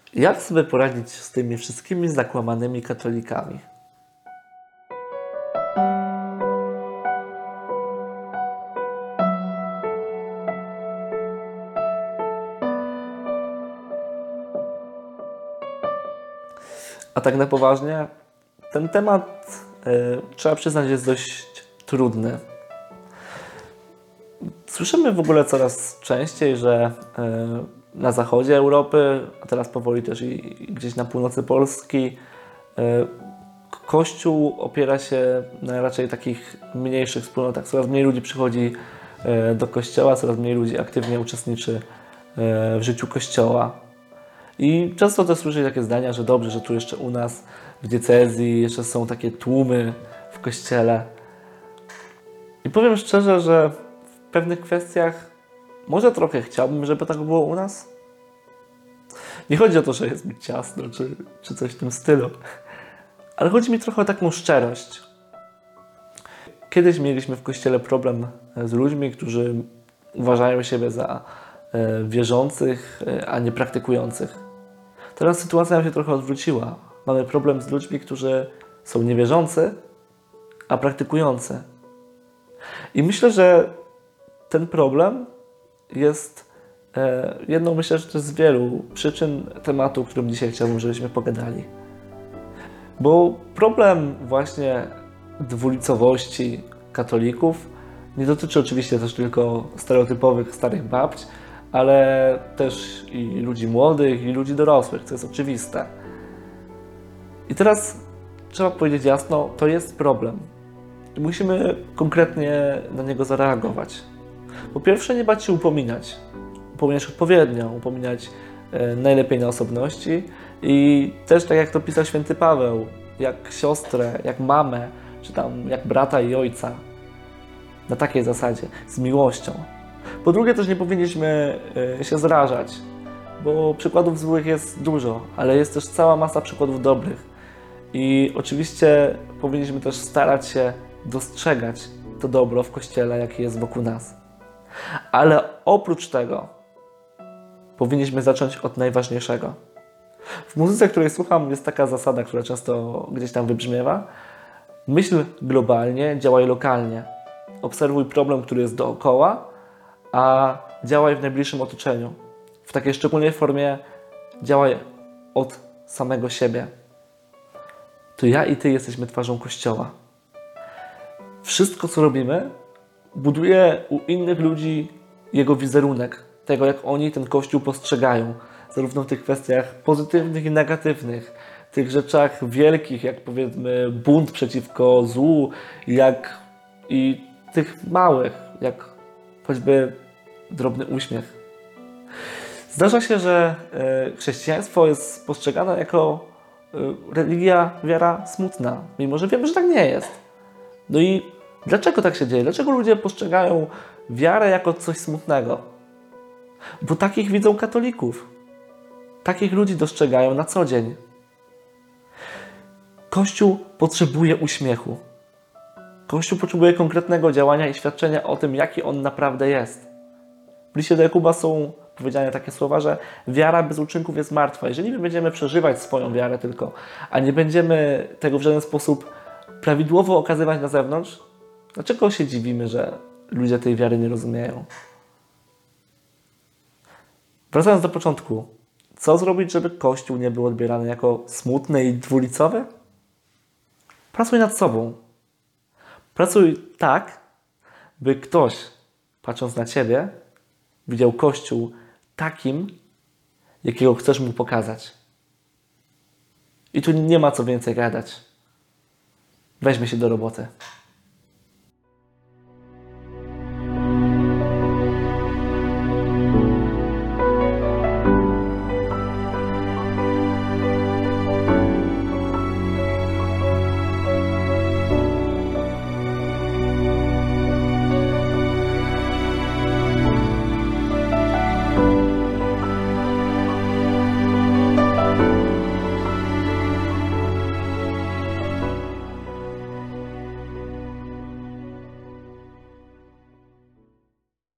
Jak sobie poradzić z tymi wszystkimi zakłamanymi katolikami? A tak na poważnie, ten temat, trzeba przyznać, jest dość trudny. Słyszymy w ogóle coraz częściej, że na zachodzie Europy, a teraz powoli też i gdzieś na północy Polski, Kościół opiera się na raczej takich mniejszych wspólnotach. Coraz mniej ludzi przychodzi do Kościoła, coraz mniej ludzi aktywnie uczestniczy w życiu Kościoła. I często też słyszę takie zdania, że dobrze, że tu jeszcze u nas w diecezji jeszcze są takie tłumy w Kościele. I powiem szczerze, że w pewnych kwestiach może trochę żeby tak było u nas. Nie chodzi o to, że jest mi ciasno, czy coś w tym stylu. Ale chodzi mi trochę o taką szczerość. Kiedyś mieliśmy w Kościele problem z ludźmi, którzy uważają siebie za wierzących, a nie praktykujących. Teraz sytuacja nam się trochę odwróciła. Mamy problem z ludźmi, którzy są niewierzący, a praktykujący. I myślę, że ten problem jest jedną, myślę, że z wielu przyczyn tematu, o którym dzisiaj chciałbym, żebyśmy pogadali. Bo problem właśnie dwulicowości katolików nie dotyczy oczywiście też tylko stereotypowych starych babć, ale też i ludzi młodych, i ludzi dorosłych, co jest oczywiste. I teraz trzeba powiedzieć jasno, to jest problem. I musimy konkretnie na niego zareagować. Po pierwsze, nie bać się upominać. Upominać odpowiednio, upominać najlepiej na osobności i też tak jak to pisał święty Paweł, jak siostrę, jak mamę, czy tam jak brata i ojca. Na takiej zasadzie, z miłością. Po drugie, też nie powinniśmy się zrażać, bo przykładów złych jest dużo, ale jest też cała masa przykładów dobrych. I oczywiście powinniśmy też starać się dostrzegać to dobro w Kościele, jakie jest wokół nas. Ale oprócz tego powinniśmy zacząć od najważniejszego. W muzyce, której słucham, jest taka zasada, która często gdzieś tam wybrzmiewa. Myśl globalnie, działaj lokalnie. Obserwuj problem, który jest dookoła, a działaj w najbliższym otoczeniu. W takiej szczególnej formie działaj od samego siebie. To ja i Ty jesteśmy twarzą Kościoła. Wszystko, co robimy, buduje u innych ludzi jego wizerunek, tego jak oni ten Kościół postrzegają, zarówno w tych kwestiach pozytywnych i negatywnych, tych rzeczach wielkich, jak powiedzmy bunt przeciwko złu, jak i tych małych, jak choćby drobny uśmiech. Zdarza się, że chrześcijaństwo jest postrzegane jako religia, wiara smutna, mimo że wiemy, że tak nie jest. No i dlaczego tak się dzieje? Dlaczego ludzie postrzegają wiarę jako coś smutnego? Bo takich widzą katolików. Takich ludzi dostrzegają na co dzień. Kościół potrzebuje uśmiechu. Kościół potrzebuje konkretnego działania i świadczenia o tym, jaki on naprawdę jest. W liście do Jakuba są powiedziane takie słowa, że wiara bez uczynków jest martwa. Jeżeli my będziemy przeżywać swoją wiarę tylko, a nie będziemy tego w żaden sposób prawidłowo okazywać na zewnątrz, dlaczego się dziwimy, że ludzie tej wiary nie rozumieją? Wracając do początku. Co zrobić, żeby Kościół nie był odbierany jako smutny i dwulicowy? Pracuj nad sobą. Pracuj tak, by ktoś, patrząc na Ciebie, widział Kościół takim, jakiego chcesz mu pokazać. I tu nie ma co więcej gadać. Weźmy się do roboty.